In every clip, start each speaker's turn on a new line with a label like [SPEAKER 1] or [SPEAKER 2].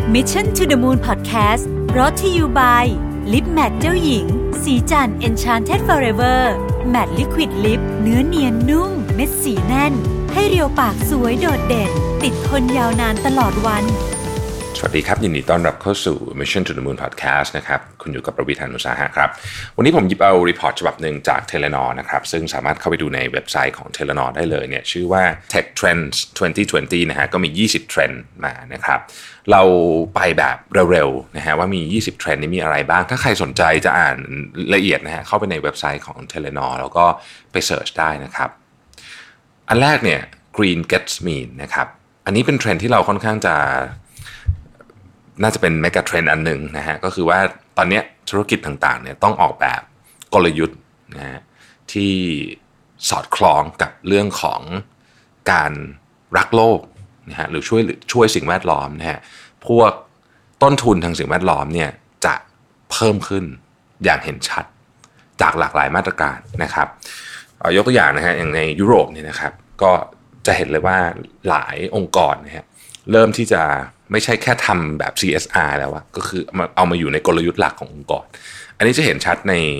[SPEAKER 1] Mission to the Moon Podcast brought to you by Lip Matte เจ้าหญิงสีจัน Enchanted Forever Matte Liquid Lip เนื้อเนียนนุ่มเม็ดสีแน่นให้เรียวปากสวยโดดเด่นติดทนยาวนานตลอดวัน
[SPEAKER 2] สวัสดีครับยินดีต้อนรับเข้าสู่ Mission to the Moon Podcast นะครับคุณอยู่กับประวิทย์ หาญอุตสาหะครับวันนี้ผมหยิบเอารีพอร์ตฉบับหนึ่งจาก Telenor นะครับซึ่งสามารถเข้าไปดูในเว็บไซต์ของ Telenor ได้เลยเนี่ยชื่อว่า Tech Trends 2020 นะฮะก็มี20เทรนด์มานะครับเราไปแบบเร็วๆนะฮะว่ามี20เทรนด์นี้มีอะไรบ้างถ้าใครสนใจจะอ่านละเอียดนะฮะเข้าไปในเว็บไซต์ของ Telenor แล้วก็ไปเสิร์ชได้นะครับอันแรกเนี่ย Green Gets Mean นะครับอันนี้เป็นเทรนด์ที่เราค่อนข้างจะน่าจะเป็นเมกะเทรนด์อันหนึ่งนะฮะก็คือว่าตอนนี้ธุรกิจต่างๆเนี่ยต้องออกแบบกลยุทธ์นะฮะที่สอดคล้องกับเรื่องของการรักโลกนะฮะหรือช่วยสิ่งแวดล้อมนะฮะพวกต้นทุนทางสิ่งแวดล้อมเนี่ยจะเพิ่มขึ้นอย่างเห็นชัดจากหลากหลายมาตรการนะครับยกตัวอย่างนะฮะอย่างในยุโรปเนี่ยนะครับก็จะเห็นเลยว่าหลายองค์กรนะฮะเริ่มที่จะไม่ใช่แค่ทำแบบ CSR แล้วอะก็คือเอามาอยู่ในกลยุทธ์หลักขององค์กรอันนี้จะเห็นชัด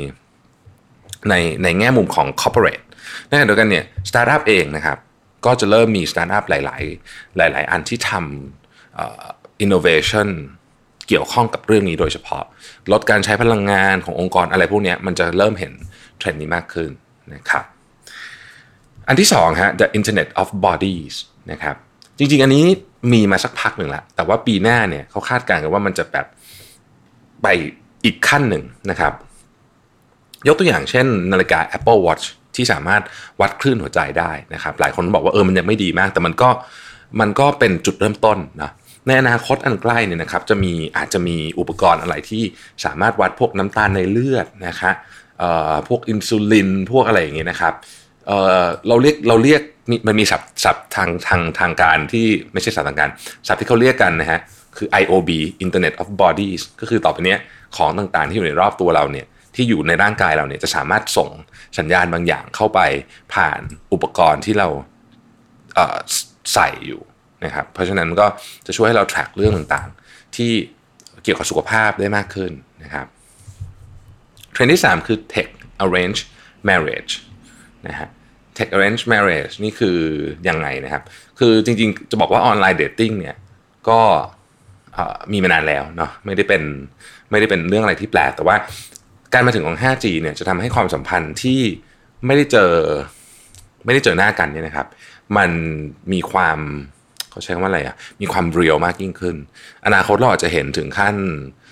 [SPEAKER 2] ในแง่มุมของ corporate ในขณะเดียวกันเนี่ยสตาร์ทอัพเองนะครับก็จะเริ่มมีสตาร์ทอัพหลายอันที่ทำinnovation เกี่ยวข้องกับเรื่องนี้โดยเฉพาะลดการใช้พลังงานขององค์กรอะไรพวกนี้มันจะเริ่มเห็นเทรนด์นี้มากขึ้นนะครับอันที่สองฮะ the Internet of Bodies นะครับจริงๆอันนี้มีมาสักพักหนึ่งแล้วแต่ว่าปีหน้าเนี่ยเขาคาดการณ์กันว่ามันจะแบบไปอีกขั้นหนึ่งนะครับยกตัวอย่างเช่นนาฬิกา Apple Watch ที่สามารถวัดคลื่นหัวใจได้นะครับหลายคนบอกว่ามันยังไม่ดีมากแต่มันก็เป็นจุดเริ่มต้นนะในอนาคตอันใกล้เนี่ยนะครับอาจจะมีอุปกรณ์อะไรที่สามารถวัดพวกน้ำตาลในเลือดนะคะพวกอินซูลินพวกอะไรอย่างเงี้ยนะครับเราเรียกมันมีศัพท์ทางการที่ไม่ใช่ศัพท์ทางการศัพท์ที่เขาเรียกกันนะฮะคือ IOB Internet of Bodies ก็คือต่อไปนี้ของต่างๆที่อยู่ในรอบตัวเราเนี่ยที่อยู่ในร่างกายเราเนี่ยจะสามารถส่งสัญญาณบางอย่างเข้าไปผ่านอุปกรณ์ที่เราใส่อยู่นะครับเพราะฉะนั้นก็จะช่วยให้เรา track เรื่องต่างๆที่เกี่ยวกับสุขภาพได้มากขึ้นนะครับเทรนด์ที่3คือ Tech Arrange Marriage นะฮะ Tech Arrange Marriage นี่คือยังไงนะครับคือจริงๆจะบอกว่าออนไลน์เดทติ้งเนี่ยก็มีมานานแล้วเนาะไม่ได้เป็นเรื่องอะไรที่แปลกแต่ว่าการมาถึงของ 5G เนี่ยจะทำให้ความสัมพันธ์ที่ไม่ได้เจอหน้ากันเนี่ยนะครับมันมีความเขาใช้คำว่าอะไรมีความเรียลมากยิ่งขึ้นอนาคตเราอาจจะเห็นถึงขั้น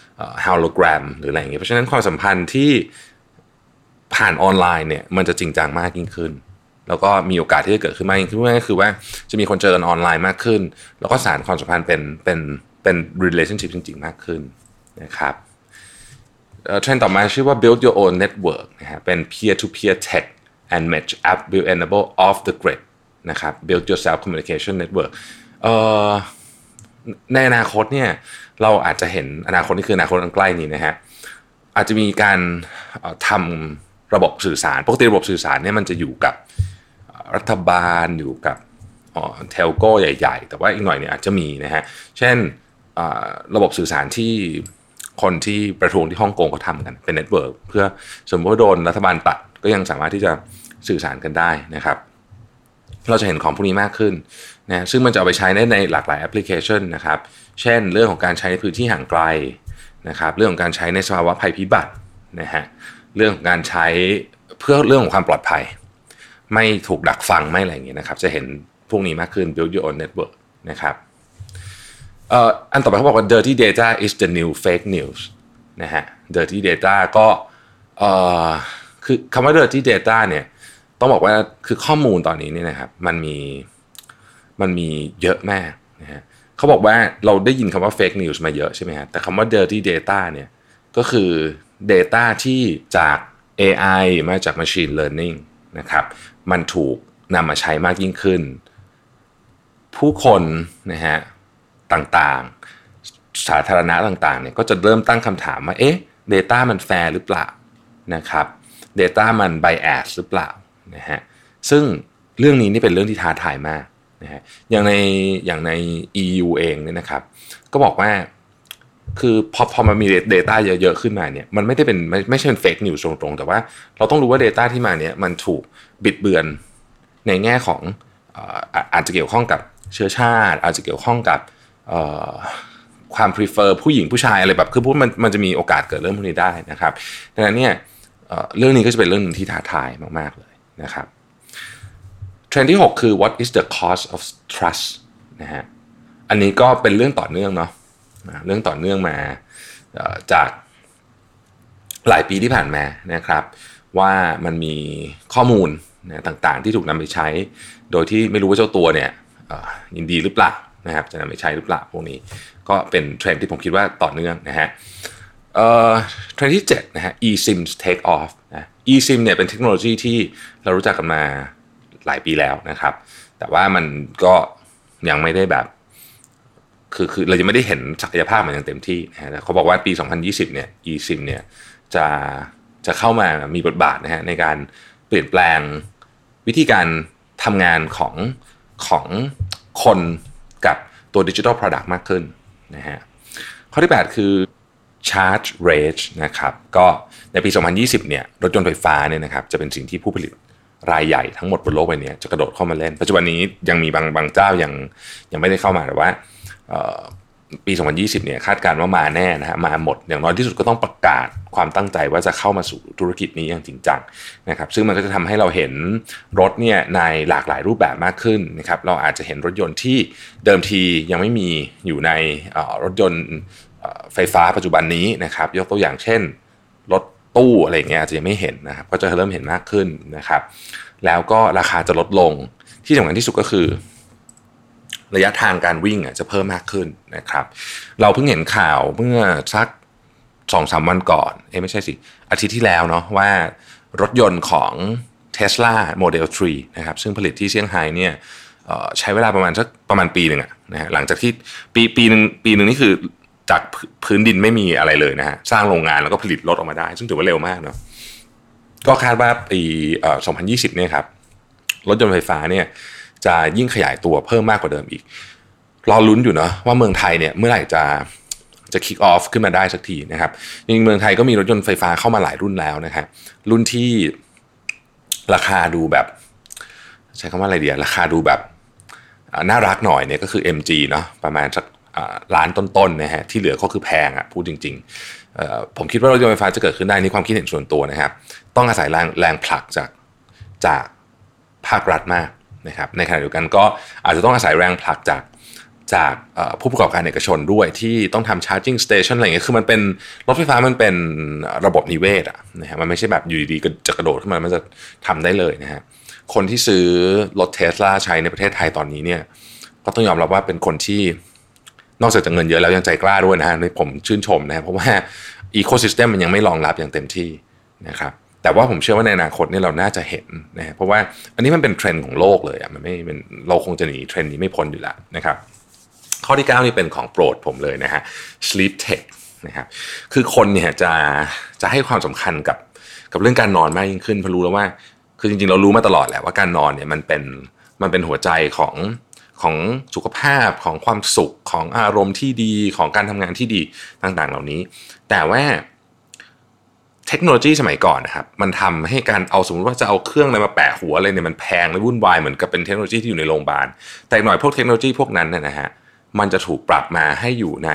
[SPEAKER 2] hologram หรืออะไรอย่างเงี้ยเพราะฉะนั้นความสัมพันธ์ที่ผ่านออนไลน์เนี่ยมันจะจริงจังมากยิ่งขึ้นแล้วก็มีโอกาสที่จะเกิดขึ้นมากยิ่งขึ้นก็คือว่าจะมีคนเจอกันออนไลน์มากขึ้นแล้วก็สานความสัมพันธ์เป็น relationship จริงๆมากขึ้นนะครับเทรนด์ต่อมาชื่อว่า build your own network นะฮะเป็น peer to peer tech and match app will enable off the grid นะครับ build yourself communication network ในอนาคตเนี่ยเราอาจจะเห็นอนาคตนี่คืออนาคตอันใกล้นี้นะฮะอาจจะมีการทำระบบสื่อสารปกติระบบสื่อสารเนี่ยมันจะอยู่กับรัฐบาลอยู่กับเทลโก้ใหญ่ๆแต่ว่าอีกหน่อยเนี่ยอาจจะมีนะฮะเช่นระบบสื่อสารที่คนที่ประท้วงที่ฮ่องกงเขาทำกันเป็นเน็ตเวิร์กเพื่อสมมติว่าโดนรัฐบาลตัดก็ยังสามารถที่จะสื่อสารกันได้นะครับเราจะเห็นของพวกนี้มากขึ้นนะซึ่งมันจะเอาไปใช้ในหลากหลายแอปพลิเคชันนะครับเช่นเรื่องของการใช้ในพื้นที่ห่างไกลนะครับเรื่องของการใช้ในสภาวะภัยพิบัตินะฮะเรื่องของการใช้เพื่อเรื่องของความปลอดภัยไม่ถูกดักฟังไม่อะไรอย่างเงี้ยนะครับจะเห็นพวกนี้มากขึ้น build your own network นะครับอันต่อไปเขาบอกว่า dirty data is the new fake news นะฮะ dirty data ก็คือคำว่า dirty data เนี่ยต้องบอกว่าคือข้อมูลตอนนี้เนี่ยนะครับมันมีเยอะมากนะฮะเขาบอกว่าเราได้ยินคำว่า fake news มาเยอะใช่ไหมฮะแต่คำว่า dirty data เนี่ยก็คือ data ที่จาก AI มาจาก machine learning นะครับมันถูกนำมาใช้มากยิ่งขึ้นผู้คนนะฮะต่างๆสาธารณะต่างๆเนี่ยก็จะเริ่มตั้งคำถามว่าdata มันแฟร์หรือเปล่านะครับ data มัน bias หรือเปล่านะฮะซึ่งเรื่องนี้นี่เป็นเรื่องที่ท้าทายมากนะฮะอย่างใน EU เองเนี่ยนะครับก็บอกว่าคือพอมันมี data เยอะๆขึ้นมาเนี่ยมันไม่ได้เป็นไม่ใช่เป็น fake news ตรงๆแต่ว่าเราต้องรู้ว่า data ที่มาเนี่ยมันถูกบิดเบือนในแง่ของอาจจะเกี่ยวข้องกับเชื้อชาติอาจจะเกี่ยวข้องกับความ prefer ผู้หญิงผู้ชายอะไรแบบคือพูดมันจะมีโอกาสเกิดเรื่องพวกนี้ได้นะครับดังนั้นเนี่ยเรื่องนี้ก็จะเป็นเรื่องนึงที่ท้าทายมากๆเลยนะครับเทรนด์ที่6คือ what is the cost of trust นะฮะอันนี้ก็เป็นเรื่องต่อเนื่องเนาะเรื่องต่อเนื่องมาจากหลายปีที่ผ่านมานะครับว่ามันมีข้อมูลต่างๆที่ถูกนำไปใช้โดยที่ไม่รู้ว่าเจ้าตัวเนี่ยยินดีหรือเปล่านะครับจะนำไปใช้หรือเปล่าพวกนี้ก็เป็นเทรนด์ที่ผมคิดว่าต่อเนื่องนะฮะเทรนด์ที่7นะฮะ eSIMs take off นะ eSIM เนี่ยเป็นเทคโนโลยีที่เรารู้จักกันมาหลายปีแล้วนะครับแต่ว่ามันก็ยังไม่ได้แบบคือเรายังไม่ได้เห็นศักยภาพมันอย่างเต็มที่นะเขาบอกว่าปี2020เนี่ย eSIM เนี่ยจะเข้ามามีบทบาทนะฮะในการเปลี่ยนแปลงวิธีการทำงานของคนกับตัว Digital Product มากขึ้นนะฮะข้อที่8คือ Charge Rate นะครับก็ในปี2020เนี่ยรถยนต์ไฟฟ้าเนี่ยนะครับจะเป็นสิ่งที่ผู้ผลิตรายใหญ่ทั้งหมดบนโลกใบนี้จะกระโดดเข้ามาเล่นปัจจุบันนี้ยังมีบางเจ้ายังไม่ได้เข้ามาแต่ว่าปี2020เนี่ยคาดการณ์ว่ามาแน่นะฮะมาหมดอย่างน้อยที่สุดก็ต้องประกาศความตั้งใจว่าจะเข้ามาสู่ธุรกิจนี้อย่างจริงจังนะครับซึ่งมันก็จะทำให้เราเห็นรถเนี่ยในหลากหลายรูปแบบมากขึ้นนะครับเราอาจจะเห็นรถยนต์ที่เดิมทียังไม่มีอยู่ในรถยนต์ไฟฟ้าปัจจุบันนี้นะครับยกตัวอย่างเช่นรถตู้อะไรอย่างเงี้ยอาจจะยังไม่เห็นนะครับก็จะเริ่มเห็นมากขึ้นนะครับแล้วก็ราคาจะลดลงที่สำคัญที่สุดก็คือระยะทางการวิ่งจะเพิ่มมากขึ้นนะครับเราเพิ่งเห็นข่าวเมื่อสัก 2-3 วันก่อนไม่ใช่สิอาทิตย์ที่แล้วเนาะว่ารถยนต์ของ Tesla Model 3นะครับซึ่งผลิตที่เซี่ยงไฮ้เนี่ยใช้เวลาประมาณปีนึงนะฮะหลังจากที่ปีนึงนี่คือจากพื้นดินไม่มีอะไรเลยนะฮะสร้างโรงงานแล้วก็ผลิตรถออกมาได้ซึ่งถือว่าเร็วมากเนาะก็คาดว่าปี2020เนี่ยครับรถยนต์ไฟฟ้าเนี่ยจะยิ่งขยายตัวเพิ่มมากกว่าเดิมอีกรอลุ้นอยู่เนาะว่าเมืองไทยเนี่ยเมื่อไหร่จะ kick off ขึ้นมาได้สักทีนะครับจริงๆเมืองไทยก็มีรถยนต์ไฟฟ้าเข้ามาหลายรุ่นแล้วนะครับรุ่นที่ราคาดูแบบใช้คำว่าอะไรดีราคาดูแบบน่ารักหน่อยเนี่ยก็คือ MG เนาะประมาณสักล้านต้นๆนะฮะที่เหลือก็คือแพงพูดจริงๆผมคิดว่ารถยนต์ไฟฟ้าจะเกิดขึ้นได้นี่ความคิดเห็นส่วนตัวนะครับต้องอาศัยแรงผลักจากภาครัฐมากนะครับในขณะเดียวกันก็อาจจะต้องอาศัยแรงผลักจากผู้ประกอบการเอกชนด้วยที่ต้องทำ charging station อะไรอย่างเงี้ยคือมันเป็นรถไฟฟ้ามันเป็นระบบนิเวศนะฮะมันไม่ใช่แบบอยู่ดีๆก็จะกระโดดขึ้นมามันจะทำได้เลยนะฮะคนที่ซื้อรถ Tesla ใช้ในประเทศไทยตอนนี้เนี่ยก็ต้องยอมรับว่าเป็นคนที่นอกจากจะเงินเยอะแล้วยังใจกล้าด้วยนะฮะผมชื่นชมนะเพราะว่า ecosystem มันยังไม่รองรับอย่างเต็มที่นะครับแต่ว่าผมเชื่อว่าในอนาคตเนี่ยเราน่าจะเห็นนะเพราะว่าอันนี้มันเป็นเทรนด์ของโลกเลยมันไม่เป็นเราคงจะหนีเทรนด์นี้ไม่พ้นอยู่แล้วนะครับข้อที่9นี่เป็นของโปรดผมเลยนะฮะ sleep tech นะครับคือคนเนี่ยจะให้ความสำคัญกับเรื่องการนอนมากยิ่งขึ้นเพราะรู้แล้วว่าคือจริงๆเรารู้มาตลอดแหละว่าการนอนเนี่ยมันเป็นหัวใจของสุขภาพของความสุขของอารมณ์ที่ดีของการทำงานที่ดีต่างๆเหล่านี้แต่ว่าเทคโนโลยีสมัยก่อนนะครับมันทำให้การเอาสมมติว่าจะเอาเครื่องอะไรมาแปะหัวอะไรเนี่ยมันแพงและวุ่นวายเหมือนกับเป็นเทคโนโลยีที่อยู่ในโรงพยาบาลแต่หน่อยพวกเทคโนโลยีพวกนั้นนะฮะมันจะถูกปรับมาให้อยู่ใน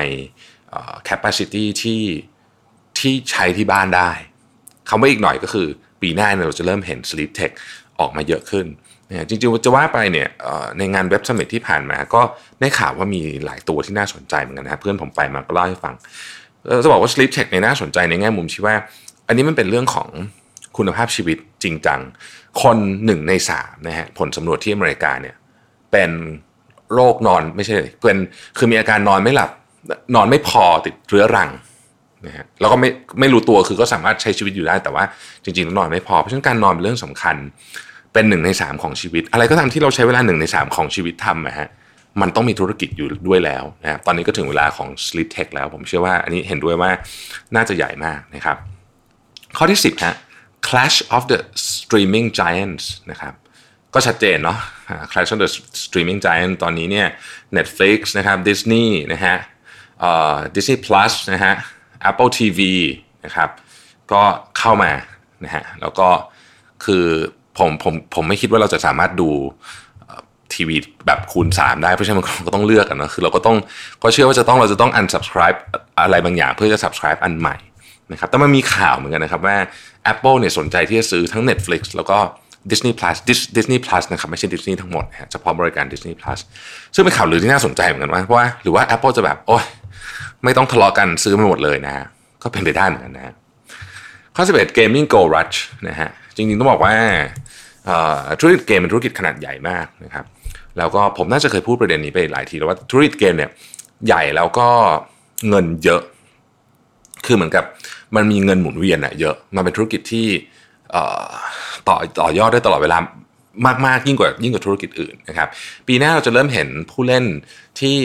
[SPEAKER 2] capacity ที่ใช้ที่บ้านได้คำว่าอีกหน่อยก็คือปีหน้าเราจะเริ่มเห็น sleep tech ออกมาเยอะขึ้นจริงๆจะว่าไปเนี่ยในงานเว็บซัมมิตที่ผ่านมาก็ได้ข่าวว่ามีหลายตัวที่น่าสนใจเหมือนกันนะเพื่อนผมไปมาก็เล่าให้ฟังจะบอกว่า sleep tech เนี่ยน่าสนใจในแง่มุมที่ว่าอันนี้มันเป็นเรื่องของคุณภาพชีวิตจริงจังคน1 ใน 3นะฮะผลสำรวจที่อเมริกาเนี่ยเป็นโรคนอนไม่ใช่คือมีอาการนอนไม่หลับนอนไม่พอติดเรื้อรังนะฮะแล้วก็ไม่รู้ตัวคือก็สามารถใช้ชีวิตอยู่ได้แต่ว่าจริงๆนอนไม่พอเพราะฉะนั้นการนอนเป็นเรื่องสำคัญเป็น1 ใน 3ของชีวิตอะไรก็ตามที่เราใช้เวลา1 ใน 3ของชีวิตทำนะฮะมันต้องมีธุรกิจอยู่ด้วยแล้วนะตอนนี้ก็ถึงเวลาของ sleep tech แล้วผมเชื่อว่าอันนี้เห็นด้วยว่าน่าจะใหญ่มากนะครับข้อที่10ฮะ Clash of the Streaming Giants นะครับก็ชัดเจนเนาะ Clash of the Streaming Giants ตอนนี้เนี่ย Netflix นะครับ Disney นะฮะ Disney Plus นะฮะ Apple TV นะครับก็เข้ามานะฮะแล้วก็คือผมไม่คิดว่าเราจะสามารถดูทีวีแบบคูณ3ได้เพราะฉะนั้นมันก็ต้องเลือกกันนะคือเราก็เชื่อว่าเราจะต้อง unsubscribe อะไรบางอย่างเพื่อจะ subscribe อันใหม่นะครับแต่มันมีข่าวเหมือนกันนะครับว่า Apple เนี่ยสนใจที่จะซื้อทั้ง Netflix แล้วก็ Disney Plus นะครับไม่ใช่ Disney ทั้งหมดนะเฉพาะบริการ Disney Plus ซึ่งเป็นข่าวลือที่น่าสนใจเหมือนกันว่าเพราะว่าหรือว่า Apple จะแบบโอ๊ยไม่ต้องทะเลาะกันซื้อมาหมดเลยนะฮะก็เป็นไปได้เหมือนกันนะข้อ11 Gaming Go Rush นะฮะจริงๆต้องบอกว่าธุรกิจเกมเป็นธุรกิจขนาดใหญ่มากนะครับแล้วก็ผมน่าจะเคยพูดประเด็นนี้ไปหลายทีแล้วว่าธุรกิจเกมเนี่ยใหญ่แล้วก็เงินเยอะคือเหมือนกับมันมีเงินหมุนเวียนเยอะมันเป็นธุรกิจที่ต่อยอดได้ตลอดเวลามากๆยิ่งกว่าธุรกิจอื่นนะครับปีหน้าเราจะเริ่มเห็นผู้เล่นที่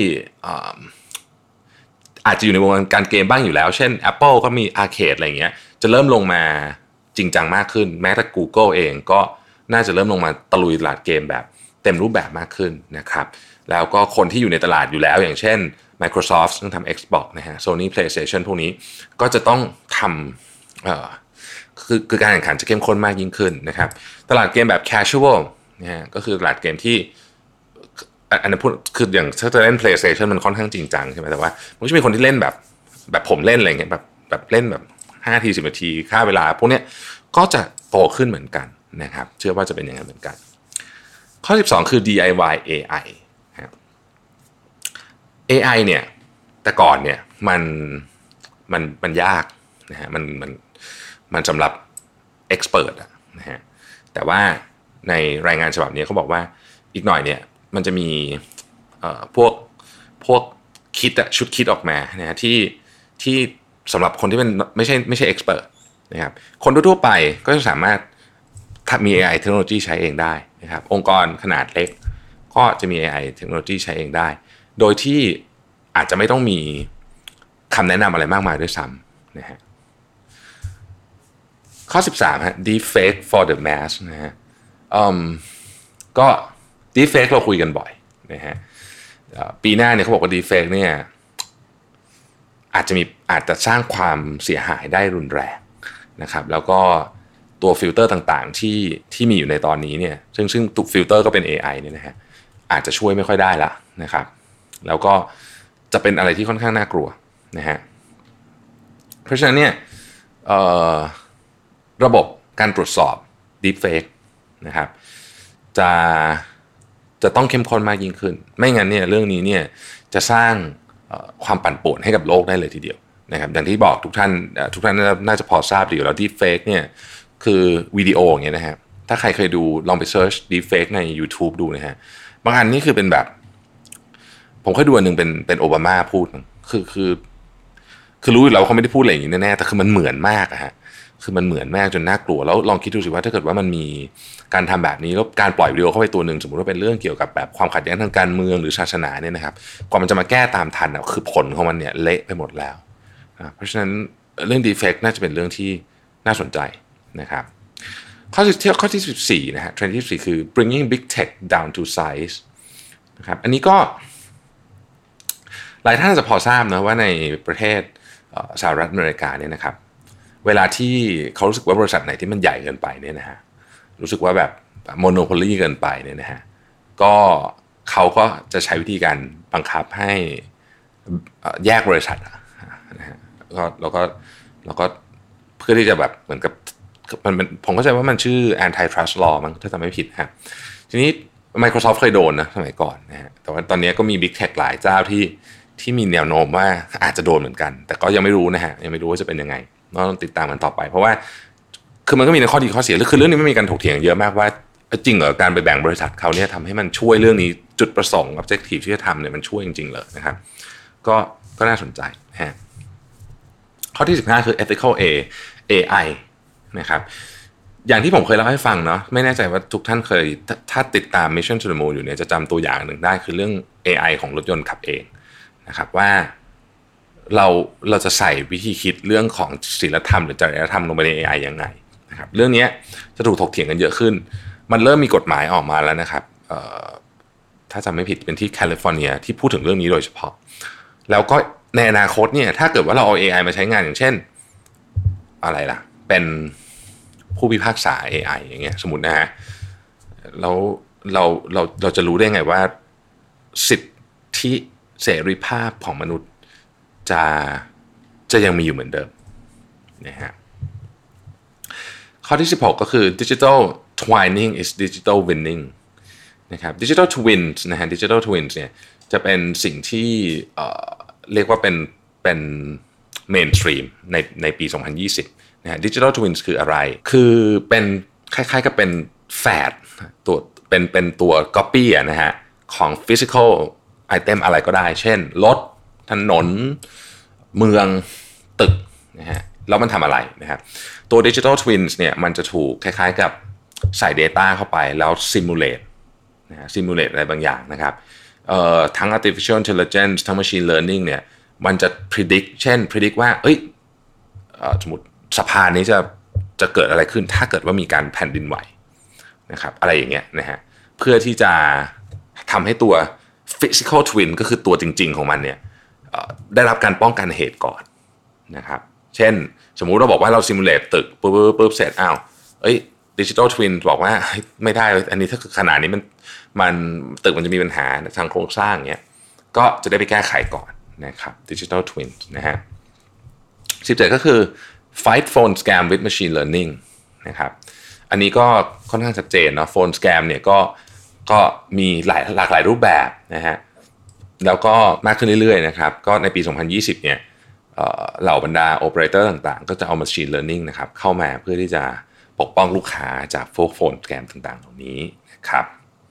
[SPEAKER 2] อาจจะอยู่ในวงการเกมบ้างอยู่แล้วเช่น Apple ก็มีอาร์เคดอะไรเงี้ยจะเริ่มลงมาจริงจังมากขึ้นแม้แต่ Google เองก็น่าจะเริ่มลงมาตะลุยตลาดเกมแบบเต็มรูปแบบมากขึ้นนะครับแล้วก็คนที่อยู่ในตลาดอยู่แล้วอย่างเช่น Microsoft ซึ่งทำ Xbox นะฮะ Sony PlayStation พวกนี้ก็จะต้องทำคือการแข่งขันจะเข้มข้นมากยิ่งขึ้นนะครับตลาดเกมแบบ casual นะฮะก็คือตลาดเกมที่อันนั้นพูดคืออย่างถ้าจะเล่น PlayStation มันค่อนข้างจริงจังใช่ไหมแต่ว่ามันจะมีคนที่เล่นแบบผมเล่นอะไรเงี้ยแบบเล่นแบบ5 นาที 10 นาทีค่าเวลาพวกเนี้ยก็จะโตขึ้นเหมือนกันนะครับเชื่อว่าจะเป็นอย่างนั้นเหมือนกันข้อ12คือ DIY AI AI เนี่ยแต่ก่อนเนี่ยมันยากนะฮะมันสำหรับ expert นะฮะแต่ว่าในรายงานฉบับนี้เขาบอกว่าอีกหน่อยเนี่ยมันจะมีพวกคิดชุดคิดออกมานะฮะที่สำหรับคนที่เป็นไม่ใช่ expert นะครับคนทั่วไปก็จะสามารถมี AI เทคโนโลยีใช้เองได้นะครับองค์กรขนาดเล็กก็จะมี AI เทคโนโลยีใช้เองได้โดยที่อาจจะไม่ต้องมีคำแนะนำอะไรมากมายด้วยซ้ำนะฮะข้อ13ฮะ deepfake for the mass นะฮะก็ deepfake เราคุยกันบ่อยนะฮะปีหน้าเนี่ยเขาบอกว่า deepfake เนี่ยอาจจะสร้างความเสียหายได้รุนแรงนะครับแล้วก็ตัวฟิลเตอร์ต่างๆที่มีอยู่ในตอนนี้เนี่ยซึ่งทุกฟิลเตอร์ก็เป็น AI เนี่ยนะฮะอาจจะช่วยไม่ค่อยได้ละนะครับแล้วก็จะเป็นอะไรที่ค่อนข้างน่ากลัวนะฮะเพราะฉะนั้นเนี่ยระบบการตรวจสอบ deepfake นะครับจะต้องเข้มข้นมากยิ่งขึ้นไม่งั้นเนี่ยเรื่องนี้เนี่ยจะสร้างความปั่นป่วนให้กับโลกได้เลยทีเดียวนะครับอย่างที่บอกทุกท่านน่าจะพอทราบดีอยู่แล้ว deepfake เนี่ยคือวิดีโออย่างเงี้ยนะฮะถ้าใครเคยดูลองไปเซิร์ช deepfake ใน YouTube ดูนะฮะบางอันนี่คือเป็นแบบผมเคยดูอันนึงเป็นโอบามาพูดคือรู้อยู่แล้วเขาไม่ได้พูดอะไรอย่างนี้แน่ๆแต่คือมันเหมือนมากอะฮะคือมันเหมือนมากจนน่ากลัวแล้วลองคิดดูสิว่าถ้าเกิดว่ามันมีการทำแบบนี้แล้วการปล่อยวิดีโอเข้าไปตัวนึงสมมุติว่าเป็นเรื่องเกี่ยวกับแบบความขัดแย้งทางการเมืองหรือศาสนาเนี่ยนะครับกว่ามันจะมาแก้ตามทันคือผลของมันเนี่ยเละไปหมดแล้วเพราะฉะนั้นเรื่อง deepfake น่าจะเป็นเรื่องที่น่าสนใจนะครับข้อที่14นะฮะเทรนด์ที่14คือ bringing big tech down to size นะครับอันนี้ก็หลายท่านจะพอทราบนะว่าในประเทศสหรัฐอเมริกาเนี่ยนะครับเวลาที่เขารู้สึกว่าบริษัทไหนที่มันใหญ่เกินไปเนี่ยนะฮะรู้สึกว่าแบบโมโนโพลีเกินไปเนี่ยนะฮะก็เขาก็จะใช้วิธีการบังคับให้แยกบริษัทนะฮะแล้วก็เพื่อที่จะแบบเหมือนกับผมเข้าใจว่ามันชื่อ antitrust law มั้งถ้าจำไม่ผิดฮะทีนี้ Microsoft เคยโดนนะสมัยก่อนนะฮะแต่ว่าตอนนี้ก็มี Big Tech หลายเจ้าที่มีแนวโน้มว่าอาจจะโดนเหมือนกันแต่ก็ยังไม่รู้นะฮะยังไม่รู้ว่าจะเป็นยังไงต้องติดตามมันต่อไปเพราะว่าคือมันก็มีในข้อดีข้อเสียคือเรื่องนี้ไม่มีการถกเถียงเยอะมากว่าจริงเหรอการไปแบ่งบริษัทเขาเนี่ยทำให้มันช่วยเรื่องนี้จุดประสงค์ objective ที่จะทำเนี่ยมันช่วยจริงๆเลยนะครับก็น่าสนใจฮะข้อที่15คือ ethical AI นะครับอย่างที่ผมเคยเล่าให้ฟังเนาะไม่แน่ใจว่าทุกท่านเคยถ้าติดตาม Mission to the Moon อยู่เนี่ยจะจำตัวอย่างหนึ่งได้คือเรื่อง AI ของรถยนต์ขับเองนะครับว่าเราจะใส่วิธีคิดเรื่องของศีลธรรมหรือจริยธรรมลงไปใน AI ยังไงนะครับเรื่องนี้จะถูกถกเถียงกันเยอะขึ้นมันเริ่มมีกฎหมายออกมาแล้วนะครับถ้าจำไม่ผิดเป็นที่แคลิฟอร์เนียที่พูดถึงเรื่องนี้โดยเฉพาะแล้วก็ในอนาคตเนี่ยถ้าเกิดว่าเราเอา AI มาใช้งานอย่างเช่นอะไรล่ะเป็นผู้พิพากษา AI อย่างเงี้ยสมมุตินะฮะแล้วเราจะรู้ได้ไงว่าสิทธิเสรีภาพของมนุษย์จะยังมีอยู่เหมือนเดิมนะฮะข้อที่16ก็คือ digital twining is digital winning นะครับ digital twins นะฮะ digital twins เนี่ยจะเป็นสิ่งที่เรียกว่าเป็น mainstream ในปี 2020 นะฮะ digital twins คืออะไรคือเป็นคล้ายๆกับเป็นแฝดตัวเป็นตัว copy นะฮะของ physical item อะไรก็ได้เช่นรถถนนเมืองตึกนะฮะแล้วมันทำอะไรนะครับตัว Digital Twins เนี่ยมันจะถูกคล้ายๆกับใส่ Data เข้าไปแล้ว simulate นะฮะ simulate อะไรบางอย่างนะครับทั้ง Artificial Intelligence ทั้ง Machine Learning เนี่ยมันจะ predict เช่น predict ว่าสมมติสะพานนี้จะเกิดอะไรขึ้นถ้าเกิดว่ามีการแผ่นดินไหวนะครับอะไรอย่างเงี้ยนะฮะเพื่อที่จะทำให้ตัว Physical Twin ก็คือตัวจริงๆของมันเนี่ยได้รับการป้องกันเหตุก่อนนะครับเช่นสมมุติเราบอกว่าเราซิมูเลตตึกปุ๊บเสร็จDigital Twin บอกว่าไม่ได้อันนี้ถ้าขนาดนี้มันตึกมันจะมีปัญหาทางโครงสร้างเงี้ยก็จะได้ไปแก้ไขก่อนนะครับ Digital Twin นะฮะ17ก็คือ fight phone scam with machine learning นะครับอันนี้ก็ค่อนข้างชัดเจนเนาะ phone scam เนี่ยก็มีหลากหลายรูปแบบนะฮะแล้วก็มากขึ้นเรื่อยๆนะครับก็ในปี 2020 เนี่ยเหล่าบรรดาโอเปอเรเตอร์ต่างๆก็จะเอา machine learning นะครับเข้ามาเพื่อที่จะปกป้องลูกค้าจากพวกโฟนแกมต่างๆเหล่านี้นะครับ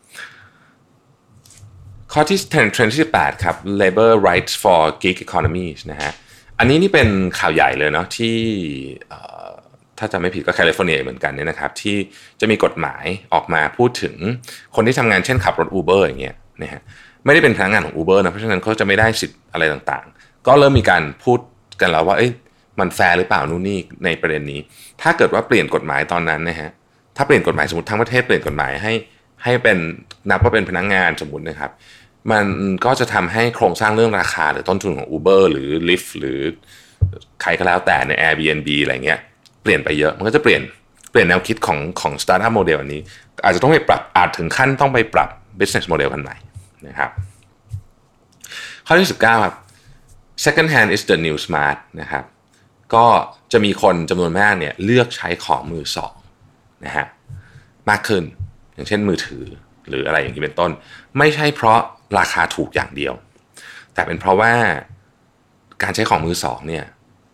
[SPEAKER 2] ข้อที่เทรนด์ที่18ครับ labor rights for gig economies นะฮะอันนี้นี่เป็นข่าวใหญ่เลยเนาะที่ถ้าจำไม่ผิดก็แคลิฟอร์เนียเหมือนกันเนี่ยนะครับที่จะมีกฎหมายออกมาพูดถึงคนที่ทำงานเช่นขับรถ Uber อย่างเงี้ยนะฮะไม่ได้เป็นพนักงานของ Uber นะเพราะฉะนั้นเขาจะไม่ได้สิทธิ์อะไรต่างๆก็เริ่มมีการพูดกันแล้วว่ามันแฟร์หรือเปล่านู่นนี่ในประเด็นนี้ถ้าเกิดว่าเปลี่ยนกฎหมายตอนนั้นนะฮะถ้าเปลี่ยนกฎหมายสมมติทั้งประเทศเปลี่ยนกฎหมายให้เป็นนับว่าเป็นพนักงานสมมตินะครับมันก็จะทำให้โครงสร้างเรื่องราคาหรือต้นทุนของ Uber หรือ Lyft หรือใครก็แล้วแต่ใน Airbnb อะไรเงี้ยเปลี่ยนไปเยอะมันก็จะเปลี่ยนแนวคิดของ startup model อันนี้อาจจะต้องไปปรับอาจถึงขั้นต้องไปปรับ business model กันใหม่นะครับข้อที่19ครับ second hand is the new smart นะครับก็จะมีคนจำนวนมากเนี่ยเลือกใช้ของมือสองนะฮะมากขึ้นอย่างเช่นมือถือหรืออะไรอย่างนี้เป็นต้นไม่ใช่เพราะราคาถูกอย่างเดียวแต่เป็นเพราะว่าการใช้ของมือสองเนี่ย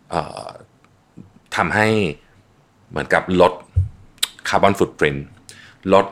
[SPEAKER 2] ทำให้เหมือนกับลดคาร์บอนฟุตพริ้นท์ลด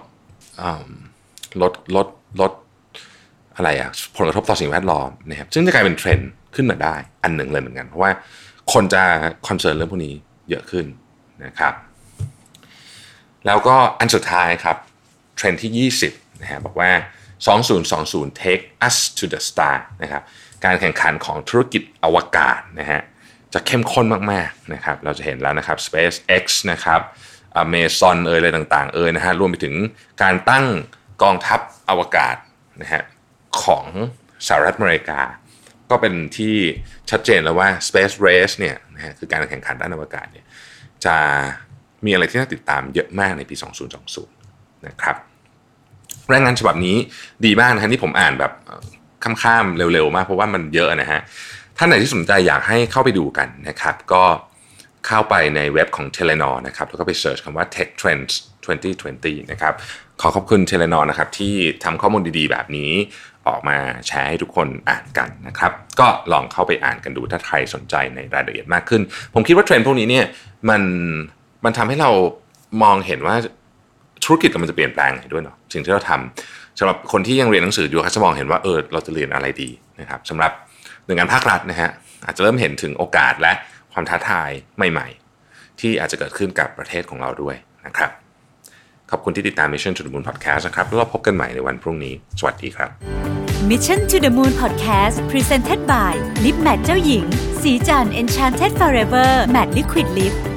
[SPEAKER 2] อะไรผลกระทบต่อสิ่งแวดล้อมนะครับซึ่งจะกลายเป็นเทรนด์ขึ้นมาได้อันหนึ่งเลยเหมือนกันเพราะว่าคนจะคอนเซิร์นเรื่องพวกนี้เยอะขึ้นนะครับแล้วก็อันสุดท้ายครับเทรนด์ที่20นะฮะบอกว่า2020 take us to the star นะครับการแข่งขันของธุรกิจอวกาศนะฮะจะเข้มข้นมากๆนะครับเราจะเห็นแล้วนะครับ SpaceX นะครับ Amazon อะไรต่างๆนะฮะรวมไปถึงการตั้งกองทัพอวกาศนะฮะของสหรัฐอเมริกาก็เป็นที่ชัดเจนแล้วว่า Space Race เนี่ยนะฮะคือการแข่งขันด้านอวกาศเนี่ยจะมีอะไรที่น่าติดตามเยอะมากในปี 2020 นะครับรายงานฉบับนี้ดีมากนะฮะที่ผมอ่านแบบข้ามๆเร็วๆมากเพราะว่ามันเยอะนะฮะท่านไหนที่สนใจอยากให้เข้าไปดูกันนะครับก็เข้าไปในเว็บของ Telenor นะครับแล้วก็ไปเสิร์ชคำว่า Tech Trends 2020 นะครับขอบคุณ Telenor นะครับที่ทำข้อมูลดีๆแบบนี้ออกมาแชร์ให้ทุกคนอ่านกันนะครับก็ลองเข้าไปอ่านกันดูถ้าใครสนใจในรายละเอียดมากขึ้นผมคิดว่าเทรนด์พวกนี้เนี่ยมันทำให้เรามองเห็นว่าธุรกิจมันจะเปลี่ยนแปลงด้วยเนาะสิ่งที่เราทำสำหรับคนที่ยังเรียนหนังสืออยู่เขาจะมองเห็นว่าเราจะเรียนอะไรดีนะครับสำหรับหน่วยงานภาครัฐนะฮะอาจจะเริ่มเห็นถึงโอกาสและความท้าทายใหม่ๆที่อาจจะเกิดขึ้นกับประเทศของเราด้วยนะครับขอบคุณที่ติดตาม Mission to the Moon Podcast นะครับแล้วเราพบกันใหม่ในวันพรุ่งนี้สวัสดีครับ
[SPEAKER 1] Mission to the Moon Podcast Presented by Lip Matte เจ้าหญิงสีจัน Enchanted Forever Matte Liquid Lip